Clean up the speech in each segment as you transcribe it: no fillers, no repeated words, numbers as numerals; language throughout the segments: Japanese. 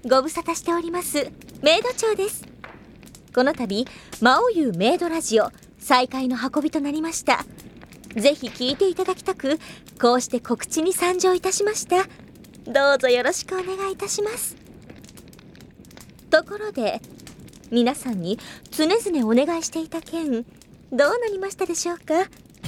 ご無沙汰しておりますメイド長です。この度魔王優メイドラジオ再開の運びとなりました。ぜひ聞いていただきたく、こうして告知に参上いたしました。どうぞよろしくお願いいたします。ところで皆さんに常々お願いしていた件、どうなりましたでしょうか？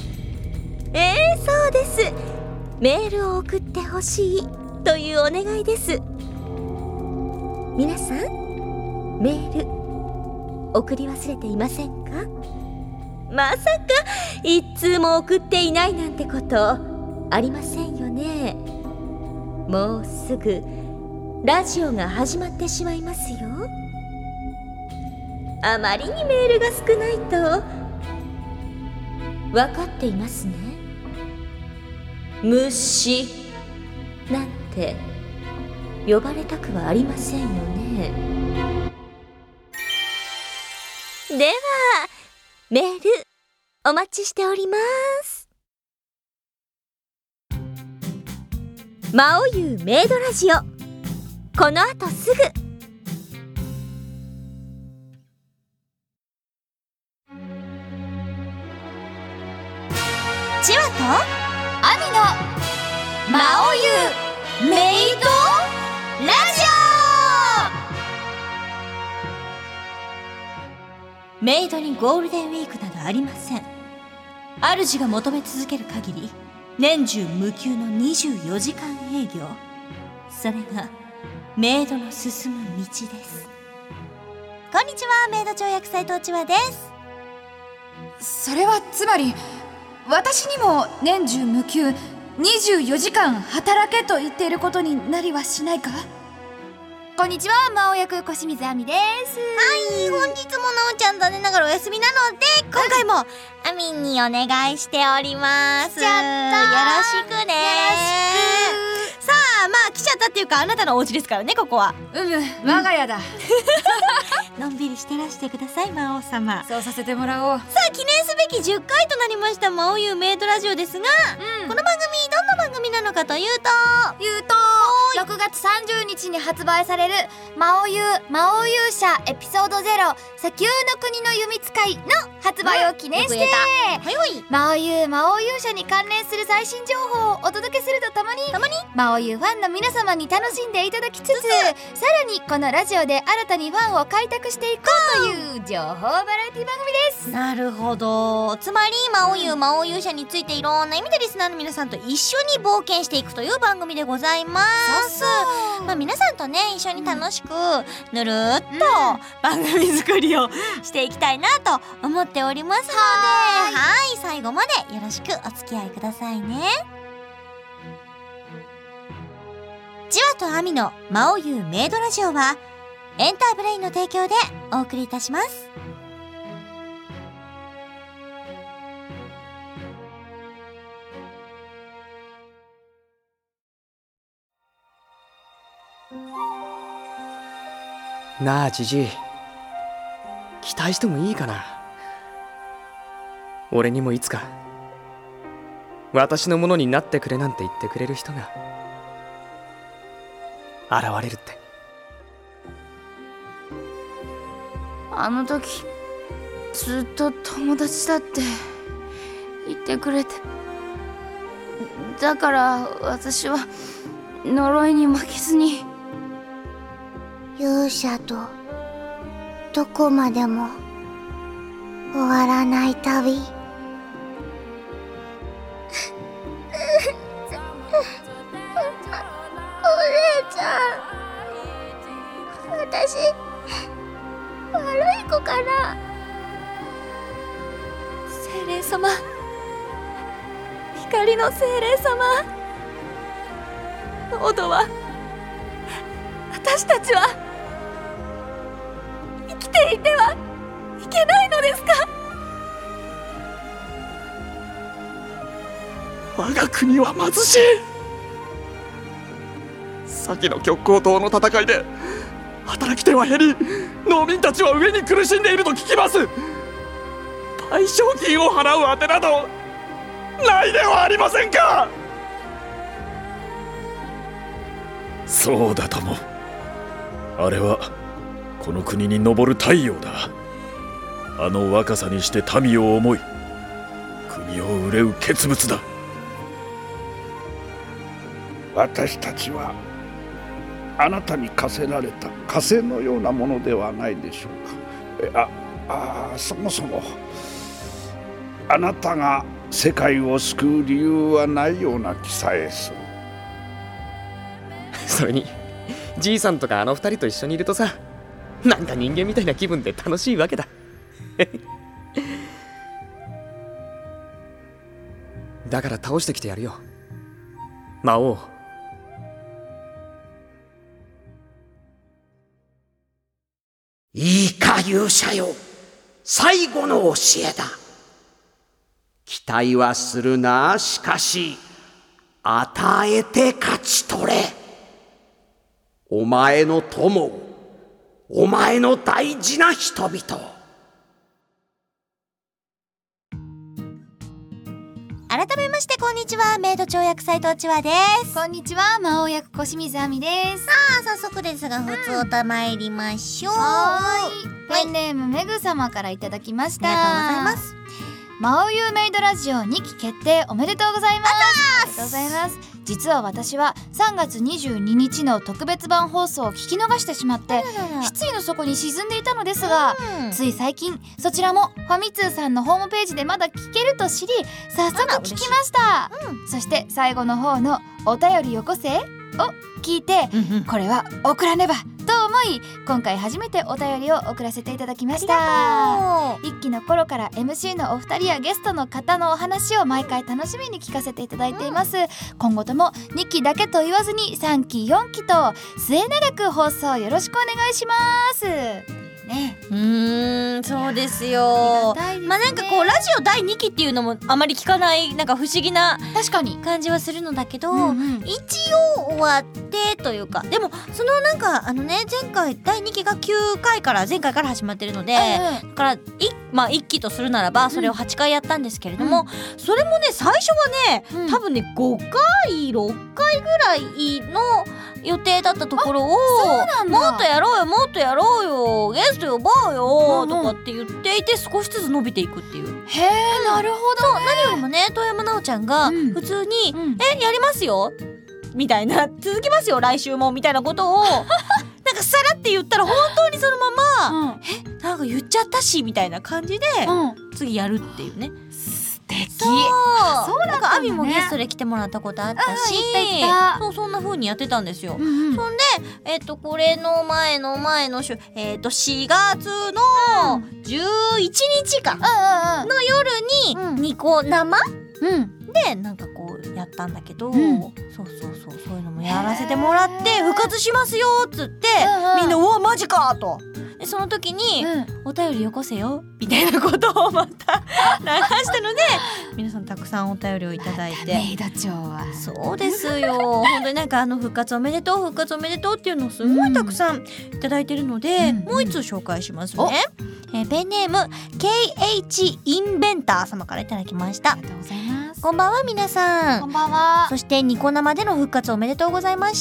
そうです、メールを送ってほしいというお願いです。皆さん、メール送り忘れていませんか？まさか一通も送っていないなんてことありませんよね。もうすぐラジオが始まってしまいますよ。あまりにメールが少ないと分かっていますね。虫なんて呼ばれたくはありませんよね。ではメールお待ちしております。魔王優メイドラジオ、この後すぐ。 チワとアミの魔王優メイドラジオ。メイドにゴールデンウィークなどありません。主が求め続ける限り年中無休の24時間営業、それがメイドの進む道です。 こんにちは、メイド長役斉藤千和です。 それはつまり私にも年中無休24時間働けと言っていることになりはしないか？ こんにちは、魔王役小清水亜美です。はい、本日もなおちゃん残念ながらお休みなので、今回もアミンにお願いしております。 来ちゃったよろしくね。さあ、まあ来ちゃったっていうか、あなたのお家ですからね、ここは。 我が家だ。 のんびりしてらしてください、魔王様。 そうさせてもらおう。 さあ、記念すべき10回となりました魔王優メイドラジオですが、この番組どんな番組なのかというと 6月30日に発売される魔王勇者エピソード0砂丘の国の弓使いの発売を記念して、魔王勇者に関連する最新情報をお届けするとともに魔王勇ファンの皆様に楽しんでいただきつつ、さらにこのラジオで新たにファンを開拓していこうという情報バラエティ番組です。 なるほど。つまり魔王勇者についていろんな意味でリスナーの皆さんと一緒に冒険していくという番組でございます。まあ皆さんとね、一緒に楽しくぬるっと番組作りをしていきたいなと思っておりますので、はい、最後までよろしくお付き合いくださいね。チワとアミの魔王優メイドラジオはエンターブレインの提供でお送りいたします。 なあジジイ、期待してもいいかな。俺にもいつか私のものになってくれなんて言ってくれる人が現れるって。 あの時ずっと友達だって言ってくれて、だから私は呪いに負けずに勇者とどこまでも終わらない旅。お姉ちゃん、私悪い子かな。 精霊様、光の精霊様、オドは、私たちは生きていてはいけないのですか？ 我が国は貧しい。先の極光島の戦いで働き手は減り、農民たちは飢えに苦しんでいると聞きます。賠償金を払うあてなどないではありませんか。 そうだとも。 あれはこの国に昇る太陽だ。あの若さにして民を思い国を憂う傑物だ。 私たちはあなたに課せられた火星のようなものではないでしょうか。そもそもあなたが世界を救う理由はないような気さえする。 それにじいさんとかあの二人と一緒にいるとさ、なんか人間みたいな気分で楽しいわけだ。だから倒してきてやるよ、魔王。 いいか勇者よ、最後の教えだ。期待はするな、しかし与えて勝ち取れ。お前の友を、お前の大事な人々。 改めましてこんにちは、メイド長役斉藤千和です。 こんにちは、魔王役小清水亜美です。 さあ早速ですが、ふつおた参りましょう。 ペンネームめぐ様からいただきました。 ありがとうございます。 魔王ユーメイドラジオ2期決定おめでとうございます。ありがとうございます。実は私は3月22日の特別版放送を聞き逃してしまって失意の底に沈んでいたのですが、つい最近そちらもファミ通さんのホームページでまだ聞けると知り早速聞きました。そして最後の方のお便りよこせを聞いて、これは送らねばと思い、今回初めてお便りを送らせていただきました。一期の頃から MC のお二人やゲストの方のお話を毎回楽しみに聞かせていただいています。今後とも2期だけと言わずに3期4期と末永く放送よろしくお願いしますね。 そうですよ。まあなんかこうラジオ第2期っていうのもあまり聞かない、なんか不思議な確かに感じはするのだけど、一応終わってというか、でもそのなんか前回第2期が前回から始まってるので、だから1期とするならばそれを8回やったんですけれども、それもね最初はね多分ね5回6回ぐらいの予定だったところを、もっとやろうよもっとやろうよゲスト呼ぼうよとかって言っていて、少しずつ伸びていくっていう。 へえ、なるほどね。 何よりもね、遠山奈緒ちゃんが普通にやりますよみたいな、続きますよ来週もみたいなことをなんかさらって言ったら本当にそのままなんか言っちゃったしみたいな感じで次やるっていうね。 素敵。 そうなんかアミもゲストで来てもらったことあったし、そんな風にやってたんですよ。そんでこれの前の週4月の11日かの夜にニコ生でなんかこうやったんだけど、そういうのもやらせてもらって復活しますよっつって、みんなうわマジかと。でその時に、お便りよこせよみたいなことをまた流したので、皆さんたくさんお便りをいただいて、 メイド長はそうですよ本当になんか復活おめでとう復活おめでとうっていうのをすごいたくさんいただいてるので、もう一通紹介しますね。ペンネーム KH インベンター様からいただきました。 ありがとうございます。 こんばんは皆さん。 こんばんは。 そしてニコ生での復活おめでとうございました。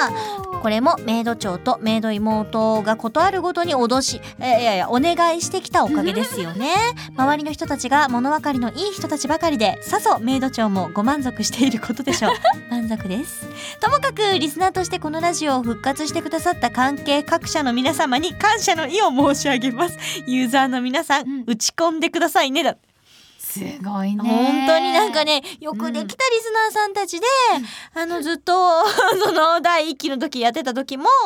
これもメイド長とメイド妹がことあるごとにお願いしてきたおかげですよね。周りの人たちが物分かりのいい人たちばかりで、さぞメイド長もご満足していることでしょう。満足です。ともかくリスナーとしてこのラジオを復活してくださった関係各社の皆様に感謝の意を申し上げます。ユーザーの皆さん、打ち込んでくださいねだ。 すごいね。 本当になんかね、よくできたリスナーさんたちで、ずっとその第1期の時やってた時も、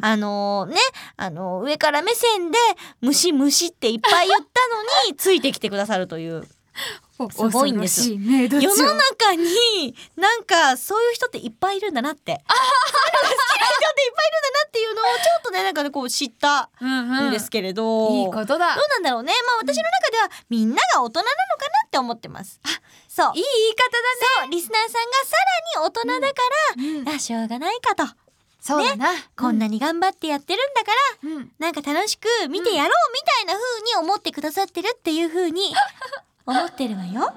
上から目線で虫っていっぱい言ったのについてきてくださるという。すごいんです。世の中になんかそういう人っていっぱいいるんだなって、好きな人っていっぱいいるんだなっていうのをちょっとねなんかねこう知ったんですけれど、 いいことだ。 どうなんだろうね。私の中ではみんなが大人なのかなって思ってます。そう、 いい言い方だね。 そう、リスナーさんがさらに大人だから、しょうがないかと。 そうだな、 こんなに頑張ってやってるんだから、なんか楽しく見てやろうみたいな風に思ってくださってるっていう風に思ってるわよ。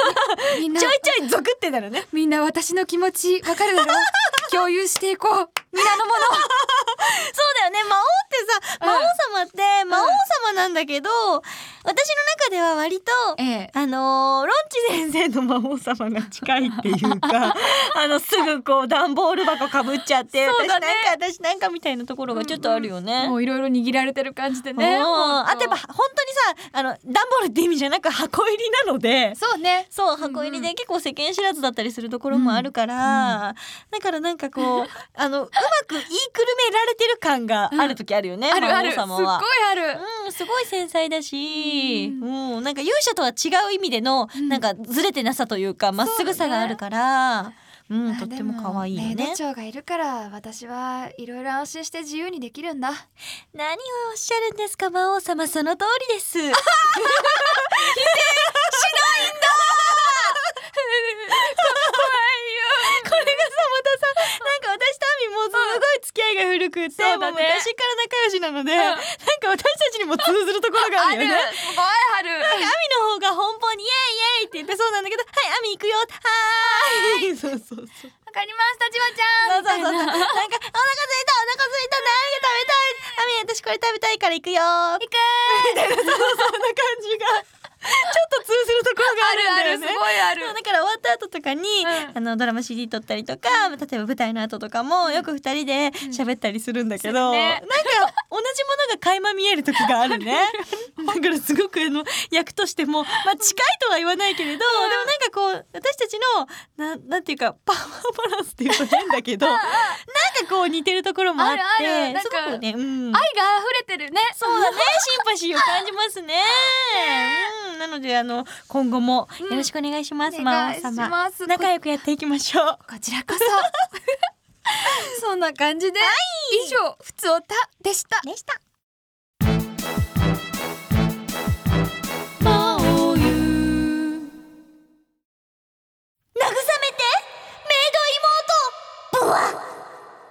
みんなちょいちょいゾクってなるね。 みんな私の気持ちわかるだろ。共有していこう。 ニラのものそうだよね。魔王ってさ、魔王様って魔王様なんだけど、私の中では割と、ロンチ先生の魔王様が近いっていうかすぐこう段ボール箱かぶっちゃって、 そうだね、 私なんかみたいなところがちょっとあるよね。 もういろいろ握られてる感じでね。 あとやっぱ本当にさ、段ボールって意味じゃなく箱入りなので、 そうね、 そう箱入りで結構世間知らずだったりするところもあるから、だからなんかこううまく言いくるめられてる感がある時あるよね、 あるある、 魔王様は。 すっごいある。 すごい繊細だし、なんか勇者とは違う意味での、なんかずれてなさというかまっすぐさがあるから、とっても可愛いよね。 メイド長がいるから私はいろいろ安心して自由にできるんだ。 何をおっしゃるんですか魔王様、その通りです。否定しないんだこれがさ、またさ、なんか私とアミもすごい付き合いが古くって、もう昔から仲良しなので、なんか私たちにも通ずるところがあるよね。 すごいある。 なんかアミの方が奔放にイエイイエイって言ってそうなんだけど、はいアミ行くよ、はーい、そうそうそう、 わかりました、ちばちゃん。 そうそうそう、なんかお腹空いた、何が食べたい、アミ私これ食べたいから行くよ、行くみたいな、そんな感じがちょっと通ずるところがあるんだよね。 あるある、すごいある。 だから終わった後とかに、ドラマ CD 撮ったりとか、例えば舞台の後とかもよく二人で喋ったりするんだけど、なんか同じものが垣間見える時があるね。だからすごく役としても、近いとは言わないけれど、でもなんかこう私たちのなんていうかパワーバランスっていうと変だけど、なんかこう似てるところもあって、すごくね、愛が溢れてるね。 そうだね、シンパシーを感じますね。なので今後もよろしくお願いします、魔王様。仲良くやっていきましょう。 こちらこそ。そんな感じで、以上ふつおたでした。 魔王ゆ慰めてメイド妹、ブワッ。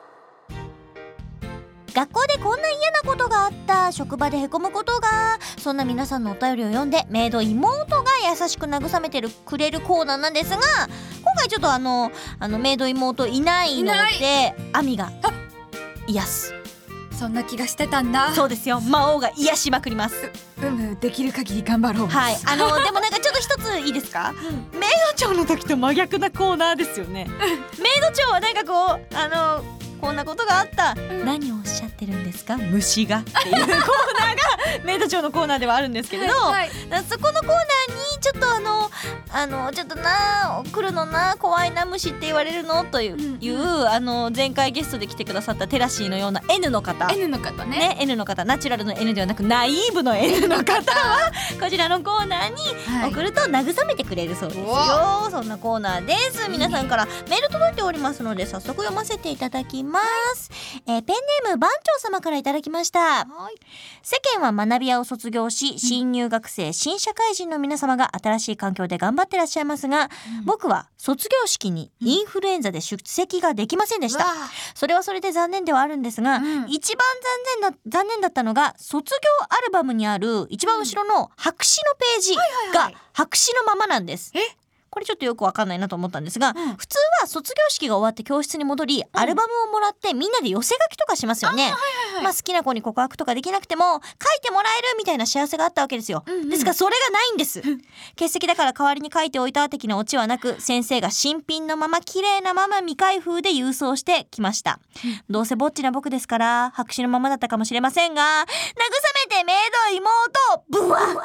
学校でこんな嫌なことがあった、職場でへこむことが、そんな皆さんのお便りを読んでメイド妹が優しく慰めてくれるコーナーなんですが、今回ちょっとメイド妹いないのでアミが癒す。 そんな気がしてたんだ。 そうですよ、魔王が癒しまくります。 できる限り頑張ろう。 はい、でもなんかちょっと一ついいですか、メイド長の時と真逆なコーナーですよね。メイド長はなんかこうこんなことがあった、何をおっしゃってるんですか虫がっていうコーナーがメイド長のコーナーではあるんですけれど、そこのコーナーにちょっとちょっと来るのな、怖いな虫って言われるのという、前回ゲストで来てくださったテラシーのような N の方、 N の方ね、 N の方、ナチュラルの N ではなくナイーブの N の方はこちらのコーナーに送ると慰めてくれるそうですよ。そんなコーナーです。皆さんからメール届いておりますので早速読ませていただきます。ペンネーム番長様からいただきました。世間は学び屋を卒業し、新入学生、新社会人の皆様が新しい環境で頑張ってらっしゃいますが、僕は卒業式にインフルエンザで出席ができませんでした。それはそれで残念ではあるんですが、一番残念だったのが卒業アルバムにある一番後ろの白紙のページが白紙のままなんです。これちょっとよくわかんないなと思ったんですが、普通は卒業式が終わって教室に戻り、アルバムをもらってみんなで寄せ書きとかしますよね。好きな子に告白とかできなくても書いてもらえるみたいな幸せがあったわけですよ。ですがそれがないんです。欠席だから代わりに書いておいた的なオチはなく、先生が新品のまま綺麗なまま未開封で郵送してきました。どうせぼっちな僕ですから白紙のままだったかもしれませんが、慰めてメイド妹、ブワッ。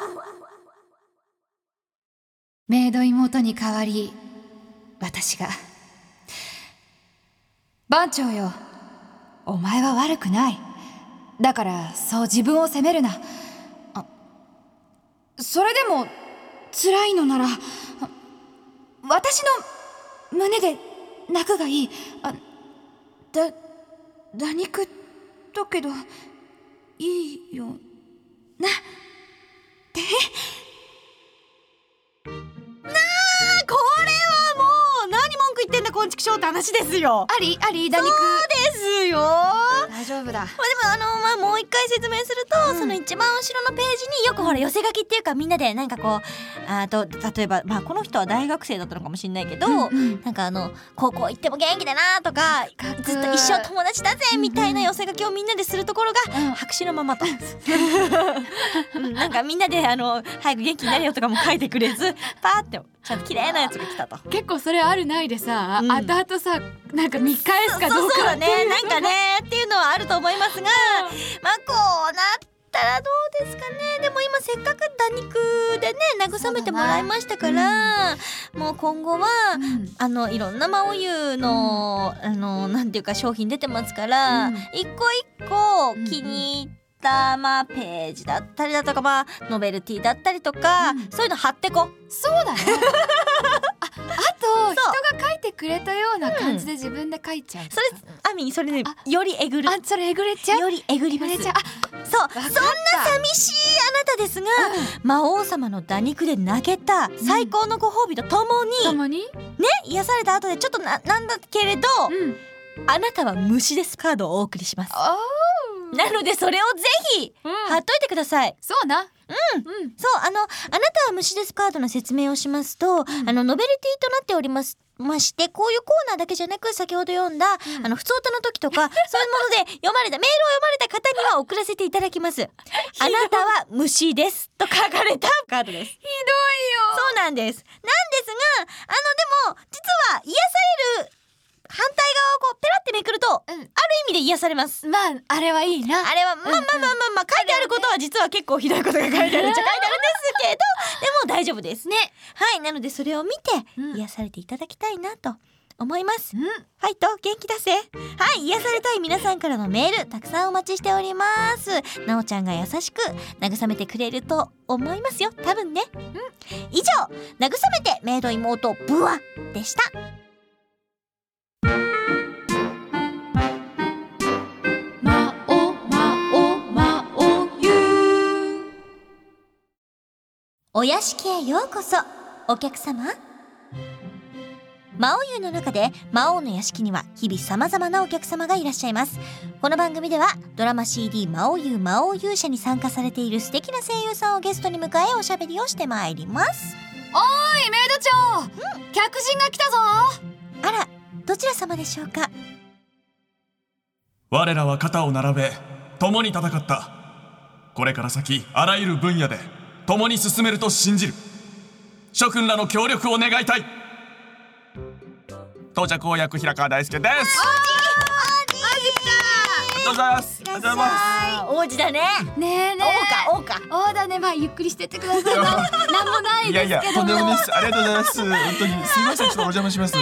メイド妹に代わり私が、番長よ、お前は悪くない。だからそう自分を責めるな。それでも辛いのなら私の胸で泣くがいい。打肉だけどいいよなってこれはもう何文句言ってんだここんちくしょうって話ですよ。 あり打肉。 そうですよ。 大丈夫だ。 でももう一回説明すると、その一番後ろのページによくほら寄せ書きっていうか、みんなでなんかこう例えばこの人は大学生だったのかもしれないけど、なんか高校行っても元気だなとか、ずっと一生友達だぜみたいな寄せ書きをみんなでするところが白紙のままとなんかみんなで早く元気になれよとかも書いてくれず、パーってちゃんと綺麗なやつが来たと。 結構それあるないでさ、後々さなんか見返すかどうかそうだね、なんかねっていうのはあると思いますが、こうなったらどうですかね。でも今せっかく打肉でね慰めてもらいましたから、もう今後は、いろんな魔王湯の、なんていうか商品出てますから、一個一個気に入った、ページだったりだとか、ノベルティだったりとか、そういうの貼ってこ。 そうだね。あと人が書いてくれたような感じで自分で書いちゃう。 それアミそれね、よりえぐる。 それえぐれちゃう。 よりえぐります。そう、そんな寂しいあなたですが、魔王様の打肉で投げた最高のご褒美とともに、ね、癒された後でちょっとなんだけれど、あなたは虫ですカードをお送りします。なのでそれをぜひ貼っといてください。 そうな。 そう、あなたは虫ですカードの説明をしますと、ノベルティとなっておりますまして、こういうコーナーだけじゃなく、先ほど読んだ、普通歌の時とか、そういうもので読まれたメールを読まれた方には送らせていただきます。あなたは虫ですと書かれたカードです。ひどいよ。そうなんです。なんですが、でも実は癒される反対側をこうペラってめくると、ある意味で癒されます。 あれはいいな。 あれは書いてあることは実は結構ひどいことが書いてあるっちゃ書いてあるんですけど、でも大丈夫ですね。はい、なのでそれを見て癒されていただきたいなと思います。ファイト元気出せ。はい、癒されたい皆さんからのメールたくさんお待ちしております。なおちゃんが優しく慰めてくれると思いますよ、多分ね。以上、慰めてメイド妹ブワでした。お屋敷へようこそ、お客様。魔王湯の中で魔王の屋敷には日々様々なお客様がいらっしゃいます。この番組ではドラマ CD 魔王湯魔王勇者に参加されている素敵な声優さんをゲストに迎えおしゃべりをしてまいります。 おーいメイド長、客人が来たぞ。 あら、どちら様でしょうか。 我らは肩を並べ共に戦った。これから先あらゆる分野で共に進めると信じる。諸君らの協力を願いたい。到着を役平川大輔です。ありがとうございます。ありがとうございます。 王子だね。 ね王か。 王だね。ゆっくりしてってください。なんもないですけど。 とんでもないです。ありがとうございます。本当にすみません、ちょっとお邪魔します。はい、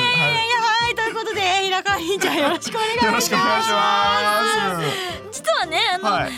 ということで平川ひんちゃんよろしくお願いします。 よろしくお願いします。 実はね、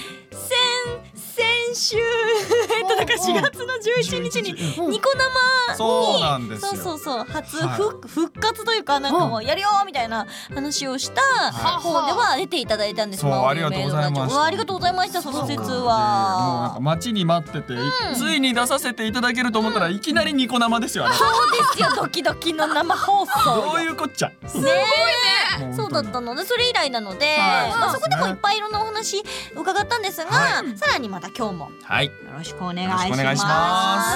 先週だから4月の11日にニコ生に、 そうなんですよ。 そう初復活というか、なんかもうやるよみたいな話をした方では出ていただいたんです。 そう、ありがとうございました。 ありがとうございました。その説はもうなんか待ちに待ってて、ついに出させていただけると思ったらいきなりニコ生ですよ。 そうですよ、ドキドキの生放送。 どういうこっちゃ。 すごいね。そうだったので、それ以来なので、そこでもいっぱいいろんなお話伺ったんですが、さらにまた今日もよろしくお願いします。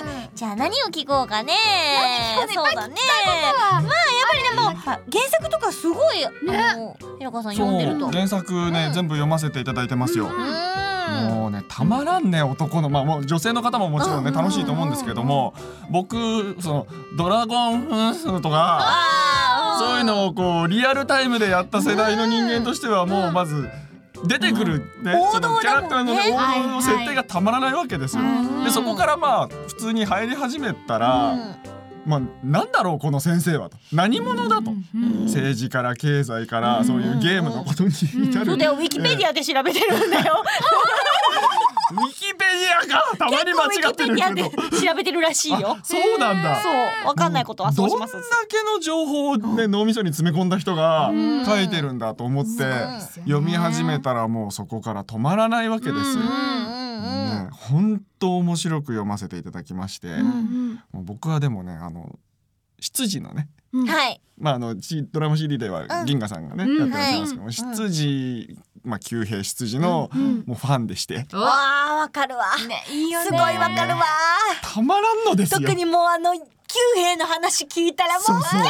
じゃあ何を聞こうかね。そうだね。やっぱりでも原作とかすごい平川さん読んでると。 原作ね、全部読ませていただいてますよ。もうね、たまらんね、男のもう女性の方ももちろんね楽しいと思うんですけども、僕そのドラゴンフンスとかそういうのをこうリアルタイムでやった世代の人間としては、もうまず出てくるね、そのキャラクターのね、王道の設定がたまらないわけですよ。でそこから普通に入り始めたら、なんだろうこの先生はと、何者だと、政治から経済からそういうゲームのことに至る。 そうだよ、ウィキペディアで調べてるんだよ。 ウィキペディアか、たまに間違ってるけど調べてるらしいよ。 そうなんだ。 そう、わかんないことはそうします。 どんだけの情報をね、脳みそに詰め込んだ人が書いてるんだと思って読み始めたら、もうそこから止まらないわけですよ。本当面白く読ませていただきまして、もう僕はでもね、執事のねはい。 ドラマ CD では銀河さんがね、やってらっしゃいますけど、執事九兵執事のもうファンでして、 わかるわ。いいよね。すごいわかるわ。 たまらんのですよ。 特にもう九兵の話聞いたらもう。そうそう。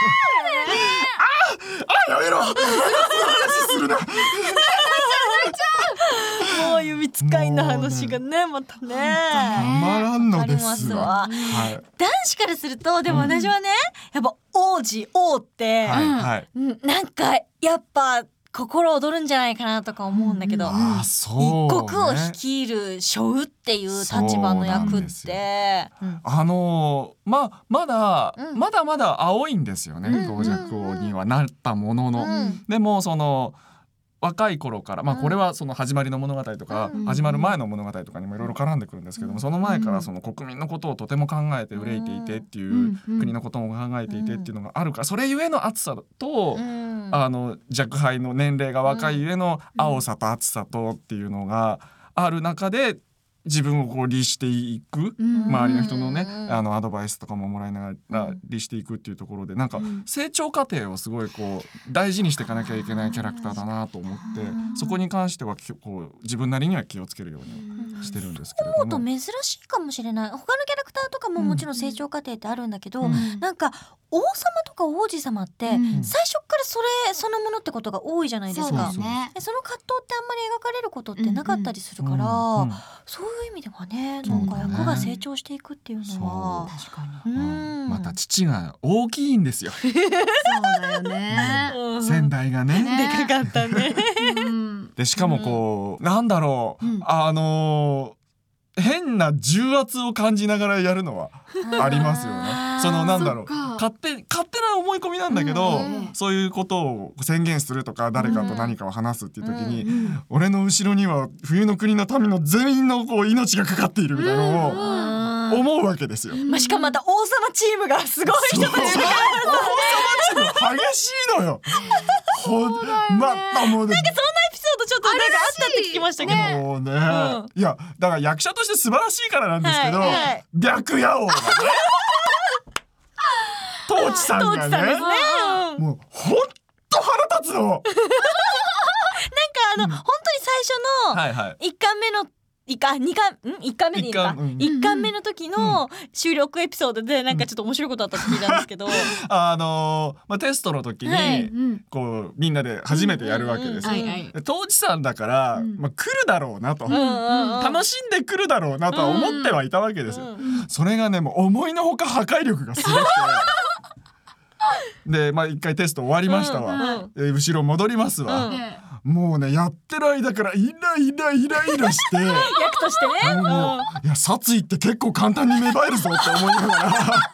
やめろ。話するな。 もう弓使いの話がねまたねたまらんのですわ。 男子からするとでも私はね、やっぱ王って、なんかやっぱ心躍るんじゃないかなとか思うんだけど、一国を率いる背負うっていう立場の役って、 まだまだ青いんですよね、傍若王にはなったものの、でもその若い頃から、これはその始まりの物語とか、始まる前の物語とかにもいろいろ絡んでくるんですけども、その前からその国民のことをとても考えて憂いていてっていう、国のことも考えていてっていうのがあるから、それゆえの熱さと、若輩の年齢が若いゆえの青さと熱さとっていうのがある中で、自分をこう律していく、周りの人のねアドバイスとかももらいながら律していくっていうところで、なんか成長過程をすごいこう大事にしていかなきゃいけないキャラクターだなと思って、そこに関してはこう自分なりには気をつけるようにしてるんですけれども、 と珍しいかもしれない。他のキャラクターとかももちろん成長過程ってあるんだけど、なんか王様とか王子様って最初からそのものってことが多いじゃないですか。その葛藤ってあんまり描かれることってなかったりするから、そういう意味ではね、なんか役が成長していくっていうのは確かに、 また父が大きいんですよ。 そうだよね。 先代がね、 でかかったね。 でしかもこう、なんだろう、変な重圧を感じながらやるのはありますよね。そのなんだろう、勝手な思い込みなんだけど、そういうことを宣言するとか、誰かと何かを話すっていう時に、俺の後ろには冬の国の民の全員のこう命がかかっているみたいなのを思うわけですよ。 しかもまた王様チームがすごい人たちが、王様チーム激しいのよ。もうね、 なんかそんなエピソードちょっとなんかあったって聞きましたけど、 もうね、いやだから役者として素晴らしいからなんですけど、白夜王がね、トウチさんがね、もうほんと腹立つの。なんか本当に最初の1巻目の1巻目でいいか、1巻目の時の収録エピソードでなんかちょっと面白いことあったって聞いたんですけど、 テストの時にこうみんなで初めてやるわけですよ。当時さんだから来るだろうなと、楽しんで来るだろうなとは思ってはいたわけですよ。それがね、もう思いのほか破壊力がすごくてで一回テスト終わりましたわ、後ろ戻りますわ、もうね、やってる間からイライラして役としてね、 いや殺意って結構簡単に芽生えるぞって思いながら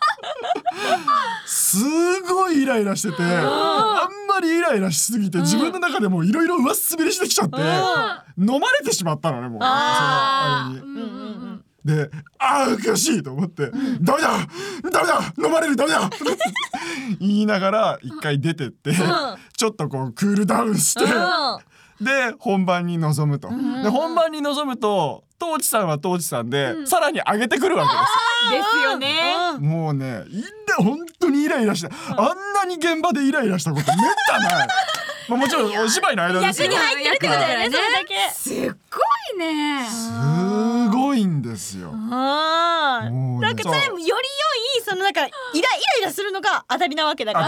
すごいイライラしてて、あんまりイライラしすぎて自分の中でもいろいろ上滑りしてきちゃって、飲まれてしまったのね、もうそのあれに。で、おかしいと思って、ダメだ飲まれる、ダメだ言いながら一回出てって、ちょっとこうクールダウンして、で本番に臨むと。で本番に臨むとトウチさんはトウチさんで、さらに上げてくるわけですよね。 もうね、本当にイライラして、あんなに現場でイライラしたことめったない。もちろんお芝居の間ですよ。 役に入ってるってことだよね、それだけ。 すっごいね。 すごいんですよ。 なんかそれより良い、そのなんかイライラするのが当たりなわけだから、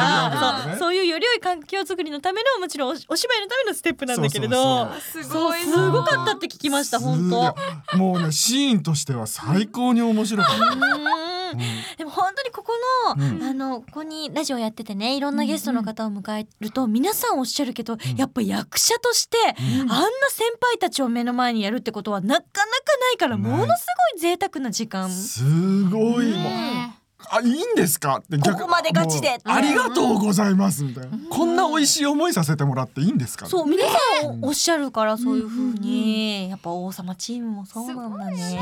そういうより良い環境づくりのための、もちろんお芝居のためのステップなんだけれど、すごかったって聞きました。本当。 もうね、シーンとしては最高に面白かった。 でも本当にここの、ここにラジオやっててね、いろんなゲストの方を迎えると、皆さんおっしゃるけど、やっぱ役者として、あんな先輩たちを目の前にやるってことはなかなかないから、ものすごい贅沢な時間。 すごいもう、いいんですかって、 ここまでガチでありがとうございますみたいな、こんな美味しい思いさせてもらっていいんですか。 そう皆さんおっしゃるから、そういう風にやっぱ王様チームもそうなんだね。すごいです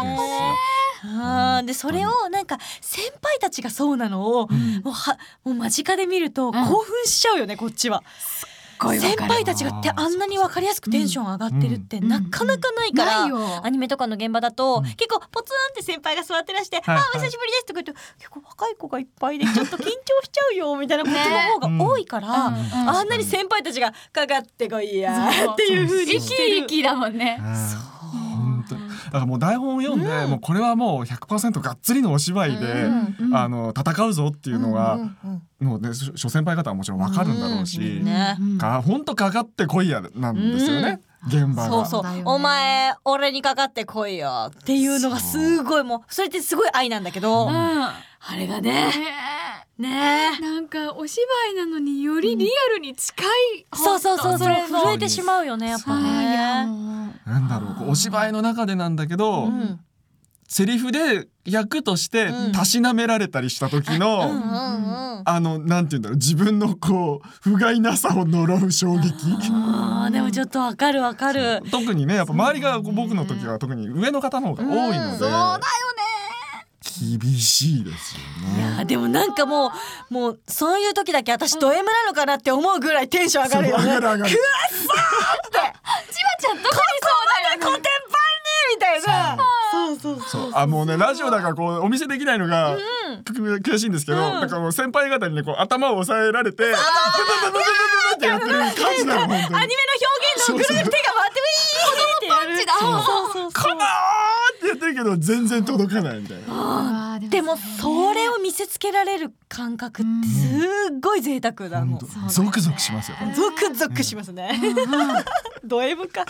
よ。でそれをなんか先輩たちがそうなのを、もう間近で見ると興奮しちゃうよね、こっちは。先輩たちがあんなに分かりやすくテンション上がってるってなかなかないから、アニメとかの現場だと結構ポツンって先輩が座ってらして、お久しぶりですとか言って結構分か若い子がいっぱいでちょっと緊張しちゃうよみたいなことの方が多いから、あんなに先輩たちがかかってこいやっていう風にしてる。 生き生きだもんね。 本当にだからもう台本を読んで、もうこれはもう 100% がっつりのお芝居で、戦うぞっていうのが、もうね諸先輩方はもちろん分かるんだろうし、本当かかってこいやなんですよね、現場が。 そうお前俺にかかってこいよっていうのがすごい、もうそれってすごい愛なんだけど、あれがねなんかお芝居なのによりリアルに近い、 そう震えてしまうよねやっぱね。 なんだろう、こうお芝居の中でなんだけど、セリフで役としてたしなめられたりした時の、なんていうんだろう、自分のこう不甲斐なさを呪う衝撃。 でもちょっとわかる。 特にねやっぱ周りが僕の時は特に上の方の方が多いので、 そうだよね。 厳しいですよね。 いやでもなんかもうそういう時だけ私ド M なのかなって思うぐらいテンション上がるよね。 上がる。 くっそーってちばちゃん特にそうだよね。 コテンパンねみたいな。 そうもうねラジオだからこうお見せできないのが悔しいんですけど、なんかもう先輩方にねこう頭を押さえられてってやってる感じなの。本当にアニメの表現のぐるぐる手が回ってウィーってやる。かなーってやってるけど全然届かないみたいな。 でもそれを見せつけられる感覚ってすっごい贅沢だもん。 ゾクゾクしますよ。 ゾクゾクしますね。ド M か。ね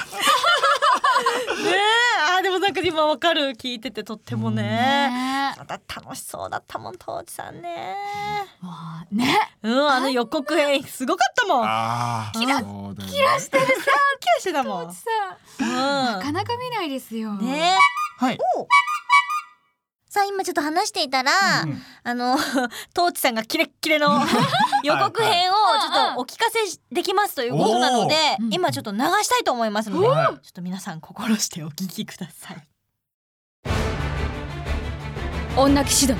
え、でもなんか今わかる、聞いててとってもね。また楽しそうだったもん当時さんね。あの予告編すごかったもん。キラしてるさ、キラしてたもん。 なかなか見ないですよ。 ね。 はい。 さあ今ちょっと話していたら、トーチさんがキレッキレの予告編をちょっとお聞かせできますということなので、今ちょっと流したいと思いますので、ちょっと皆さん心してお聞きください。 女騎士殿、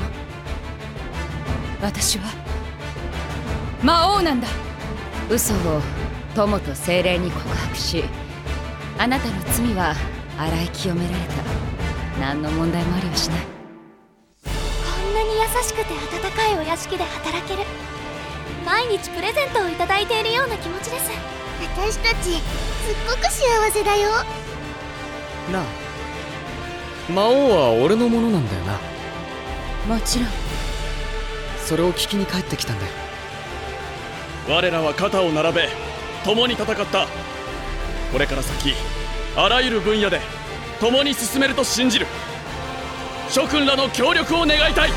私は魔王なんだ。嘘を友と精霊に告白し、あなたの罪は洗い清められた。何の問題もありはしない。 こんなに優しくて温かいお屋敷で働ける。毎日プレゼントをいただいているような気持ちです。私たちすっごく幸せだよ。 なあ、魔王は俺のものなんだよな。 もちろん。 それを聞きに帰ってきたんだよ。 我らは肩を並べ共に戦った。これから先あらゆる分野で共に進めると信じる。諸君らの協力を願いたい。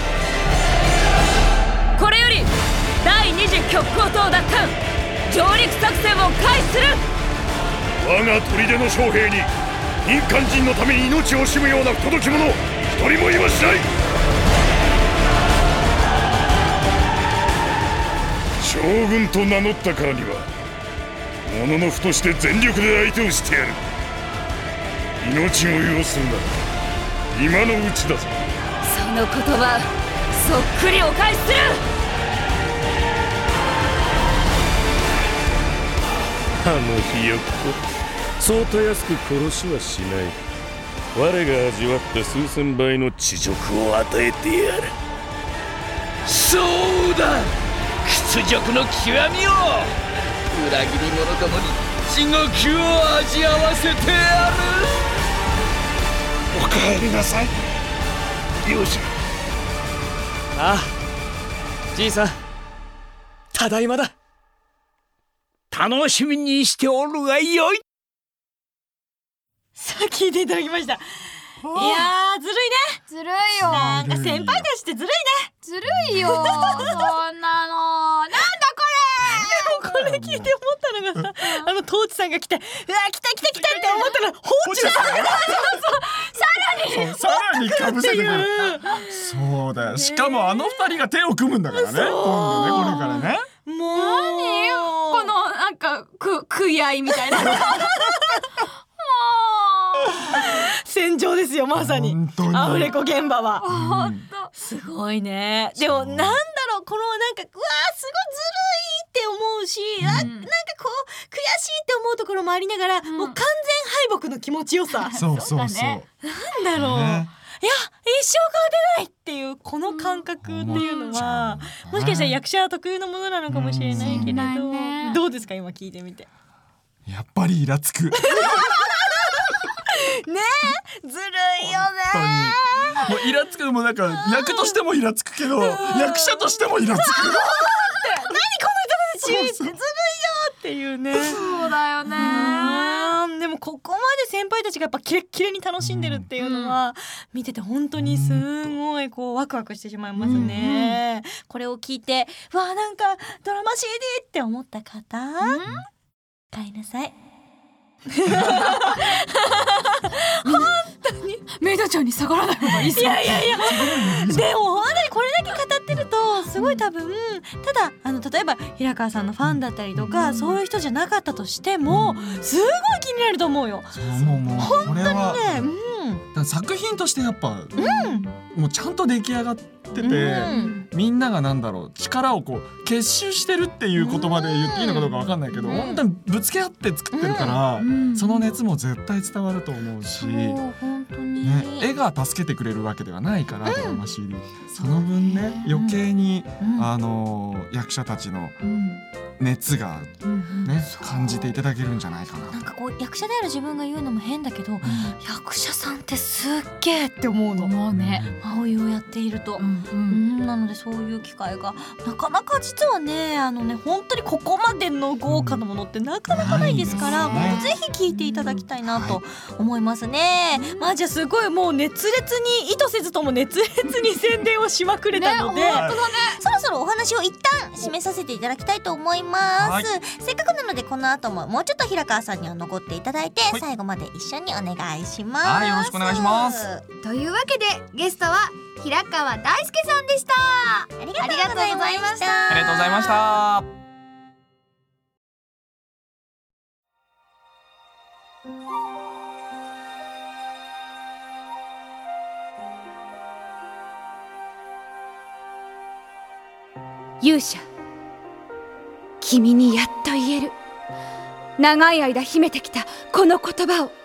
これより第二次極光島奪還上陸作戦を開始する。 我が砦の将兵に民間人のために命を惜しむような不届き者一人もいはしない。将軍と名乗ったからにはもののふとして全力で相手をしてやる。命乞いをするなら今のうちだぞ。 その言葉そっくりお返しする。 あのひよっこ、そうたやすく殺しはしない。我が味わった数千倍の恥辱を与えてやる。 そうだ、屈辱の極みを、裏切り者どもに地獄を味わわせてやる。 お帰りなさい、勇者。 ああ、じいさん、ただいまだ。 楽しみにしておるがよい。 さあ聞いていただきました。いやーずるいね。 ずるいよ。 なんか先輩たちってずるいね。 ずるいよ。そんなの。なんだこれ。でもこれ聞いて思ったのがさ、トーチさんが来て、うわ来たって思ったらホーチさんがさらにかぶせてくる。そうだよ。しかもあの二人が手を組むんだからね。今度ね、これからね。 もう何このなんか食い合いみたいな。 戦場ですよ、まさにアフレコ現場は。 本当すごいね。でもなんだろう、このなんかうわーすごいずるいって思うし、なんかこう悔しいって思うところもありながら、もう完全敗北の気持ちよさ。 そうなんだろう、 一生変わってないっていうこの感覚っていうのはもしかしたら役者特有のものなのかもしれないけれど、どうですか今聞いてみて。 やっぱりイラつくねずるいよね。 もうイラつくもなんか役としてもイラつくけど役者としてもイラつく何この人たちってずるいよっていうね。 そうだよね。 でもここまで先輩たちがやっぱキレッキレに楽しんでるっていうのは見てて本当にすごいこうワクワクしてしまいますね。これを聞いてわあなんかドラマ CD って思った方、買いなさい。本当にメイド長に下がらない方がいいですよ。 いやでも本当にこれだけ語ってるとすごい多分ただ例えば平川さんのファンだったりとか、そういう人じゃなかったとしてもすごい気になると思うよ。 もう本当にね、 だから作品としてやっぱ、もうちゃんと出来上がってて、みんながなんだろう力をこう結集してるっていう言葉で言っていいのかどうかわかんないけど、本当にぶつけ合って作ってるから、その熱も絶対伝わると思うし、 本当に絵が助けてくれるわけではないからドラマ CD、その分ね余計に、役者たちの熱がね、感じていただけるんじゃないかな。 なんかこう役者である自分が言うのも変だけど、役者さんってすっげーって思うの。 もうね、 青いをやっていると、なのでそういう機会がなかなか実はね本当にここまでの豪華なものってなかなかないですから、もうぜひ聞いていただきたいなと思いますね。まあじゃあすごいもう熱烈に意図せずとも熱烈に宣伝をしまくれたので、そろそろお話を一旦締めさせていただきたいと思います。せっかくなのでこの後ももうちょっと平川さんには残っていただいて、最後まで一緒にお願いします。 よろしくお願いします。 というわけでゲストは平川大輔さんでした。 ありがとうございました。 ありがとうございました。 勇者、君にやっと言える。長い間秘めてきたこの言葉を。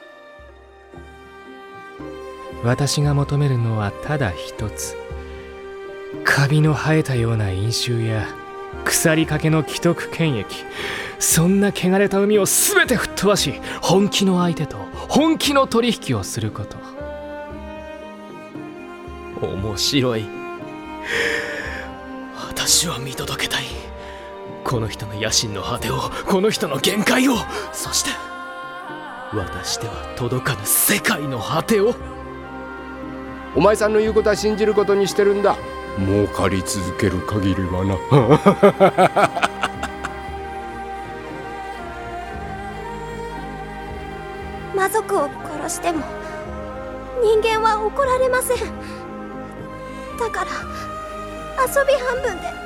私が求めるのはただ一つ。カビの生えたような飲酒や腐りかけの既得権益、そんな汚れた海を全て吹っ飛ばし、本気の相手と本気の取引をすること。面白い。私は見届けたい。この人の野心の果てを、この人の限界を、そして私では届かぬ世界の果てを。 お前さんの言うことは信じることにしてるんだ。儲かり続ける限りはな。 魔族を殺しても人間は怒られません。だから遊び半分で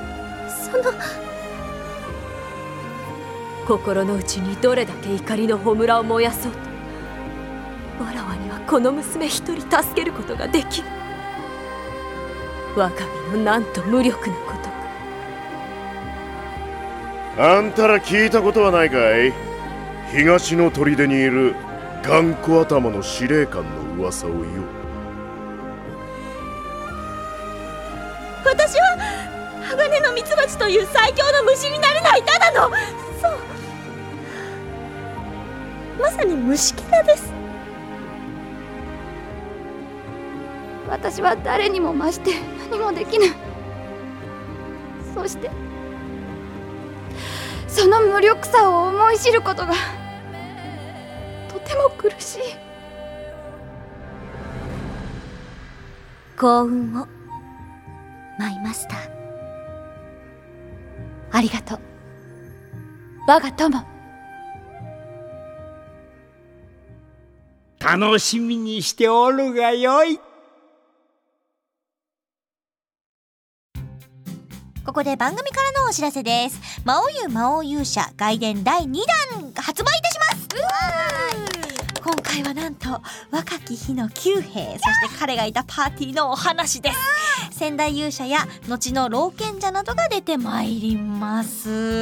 心の内にどれだけ怒りの炎を燃やそうと、わらわにはこの娘一人助けることができる。我が身のなんと無力なことか。 あんたら聞いたことはないかい？東の砦にいる頑固頭の司令官の噂をよ。 私は鋼のミツバチという最強の虫になれないただの、そうまさに虫けらです。 私は誰にも増して何もできない。そしてその無力さを思い知ることがとても苦しい。 幸運を舞いました。ありがとう我が友。 楽しみにしておるがよい。 ここで番組からのお知らせです。魔王勇魔王勇者外伝第2弾発売いたします。今回はなんと若き日の九兵、そして彼がいたパーティーのお話です。先代勇者や後の老賢者などが出てまいります。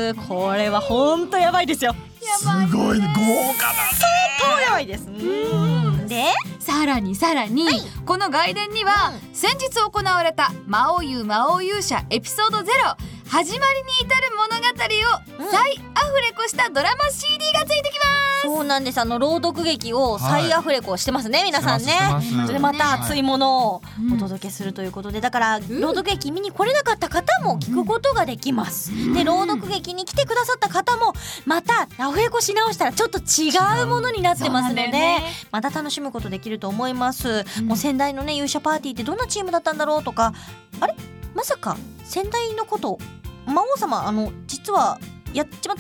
これはほんとやばいですよ。 すごい豪華だね。 相当やばいです。 さらに、この外伝には、先日行われた魔王勇者エピソード0始まりに至る物語を再アフレコしたドラマ CD がついてきます。 そうなんです。朗読劇を再アフレコしてますね、皆さんね。それでまた熱いものをお届けするということで、だから朗読劇見に来れなかった方も聞くことができます。で朗読劇に来てくださった方もまたアフレコし直したらちょっと違うものになってますので、また楽しむことできると思います。もう先代のね勇者パーティーってどんなチームだったんだろうとか、あれまさか先代のこと魔王様実はやっちまった。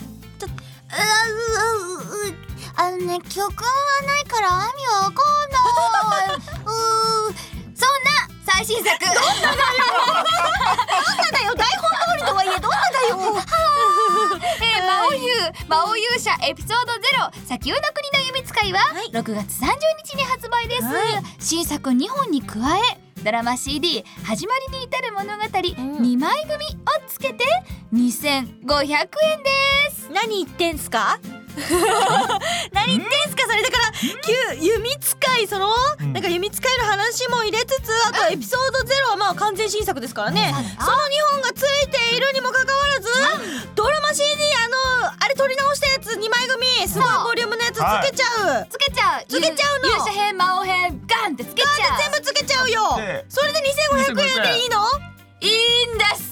曲はないからアミはわかんないそんな最新作どんなだよ台本通りとはいえどんなだよ魔王勇者エピソード0砂丘の国の弓使いは6月30日に発売です、新作2本に加えドラマ CD 始まりに至る物語2枚組をつけて2500円です。 何言ってんすか何言ってんすか。それだから弓使いなんか弓使いの話も入れつつ、あとエピソード0はまあ完全新作ですからね、その2本がついているにもかかわらず、ドラマ CD あれ撮り直したやつ2枚組すごいボリュームのやつつけちゃうの。 勇者編魔王編ガンってつけちゃう。 全部つけちゃうよ。それで2500円でいいの？ いいんです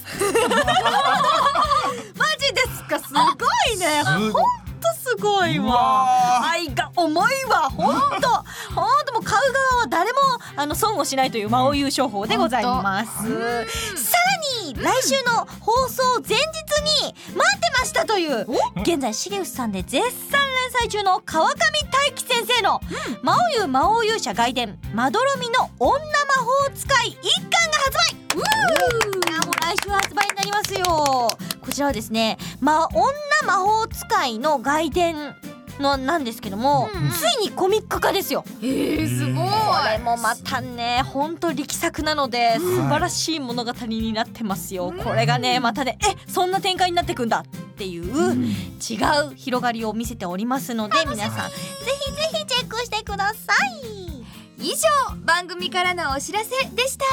マジですか。すごいね。すごいわ。愛が重いわ。ほんともう買う側は誰も損をしないという魔王優勝法でございます。さらに来週の放送前日に待ってましたという現在シゲウスさんで絶賛連載中の川上大輝先生の魔王勇者外伝まどろみの女魔法使い1巻が発売。いやもう来週発売になりますよ。こちらはですね女魔法使いの外伝なんですけども、ついにコミック化ですよ。 すごい。これもまたねほんと力作なので素晴らしい物語になってますよ。これがねまたねそんな展開になってくんだっていう違う広がりを見せておりますので、皆さんぜひぜひチェックしてください。 以上番組からのお知らせでした。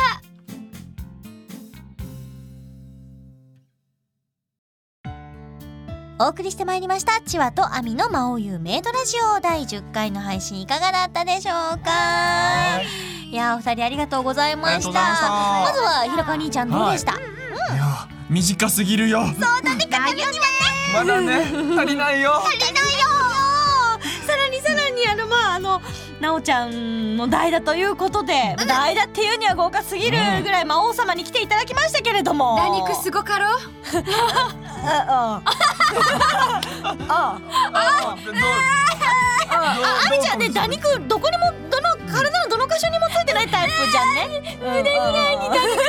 お送りしてまいりましたチワとアミの魔王優メイドラジオ第10回の配信いかがだったでしょうか。いやお二人ありがとうございました。まずはひらか兄ちゃんどうでした？ いや短すぎるよ。 そうだね、語りにはねまだね足りないよ。 さらになおちゃんの代打ということで、代打っていうには豪華すぎるぐらい魔王様に来ていただきましたけれども、 ラニクすごかろアミちゃんね、打肉どこにも体のどの箇所にもついてないタイプじゃんね。 腕ぐらいに打肉欲しいよ。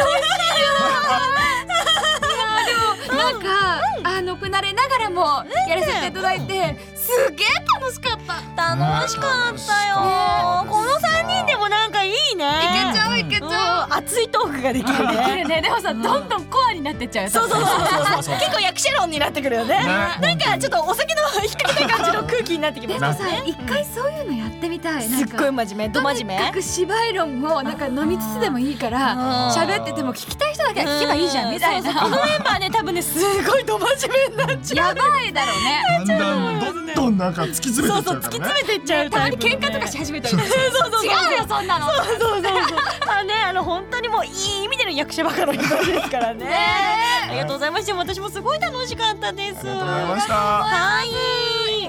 でもなんか不慣れながらもやらせていただいてすげえ楽しかった。 楽しかったよ。この3人でもなんかいいね。 いけちゃう。 熱いトークができるね。 でもさ、どんどんコアになってっちゃう。 そう結構役者論になってくるよね。なんかちょっとお酒の引っ掛けた感じの空気になってきますね。 でもさ、一回そういうのやってみたい。 すっごい真面目、ど真面目。 とにかく芝居論をなんか飲みつつでもいいから喋ってても聞きたい人だけ聞けばいいじゃんみたいな。 このメンバーね多分ねすごいど真面目になっちゃう。 やばいだろうね。 どんどんなんか突き詰めてっちゃうからね。 突き詰めてっちゃう。 たまに喧嘩とかし始めたり。違うよそんなの。 本当にもういい意味での役者バカの人ですからね。ありがとうございました。私もすごい楽しかったです。ありがとうございました。はい。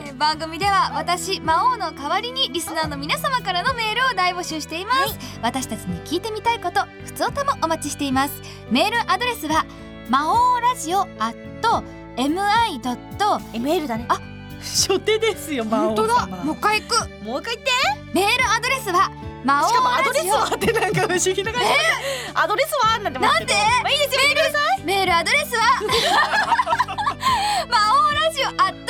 番組では私魔王の代わりにリスナーの皆様からのメールを大募集しています。私たちに聞いてみたいこと、ふつおたもお待ちしています。メールアドレスは魔王ラジオ@mi.ml だね。 あ、初手ですよ魔王様。 本当だ。もう一回行く。 もう一回言って。 メールアドレスは魔王ラジオ。 しかもアドレスはってなんか不思議な感じ。アドレスはなんて思ってる。まあいいですよ。言ってください。 メールアドレスは魔王ラジオ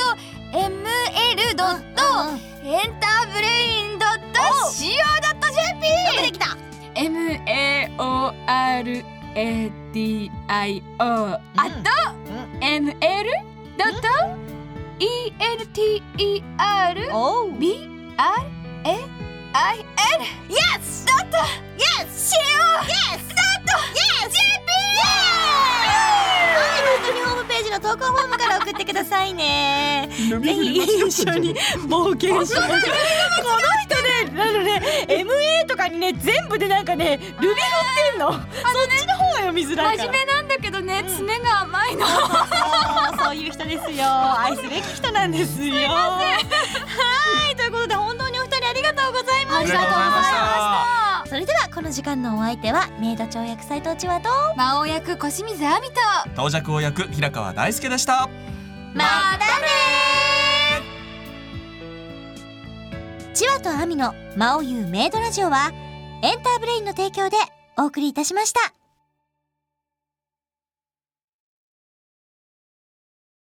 @ml.enterbrain.co.jp。できた。 MAORADIO@ml.enterbrain I N Yes! ドット Yes! C O Yes! ドット Yes! J P! はい、番組ホームページの投稿フォームから送ってくださいね。ぜひ一緒に冒険しましょう。この人ね、MA とかにね、全部でなんかね、ルビ振ってんの。そっちの方が読みづらいから。 真面目なんだけどね、爪が甘いの。 そういう人ですよ。愛すべき人なんですよ。すいません。はい、ということで本当にお二人ありがとうございました。 ありがとうございました。 それではこの時間のお相手はメイド長役斉藤千和と魔王役小清水亜美と到着王役平川大輔でした。 またねー。千和と亜美の魔王優メイドラジオはエンターブレインの提供でお送りいたしました。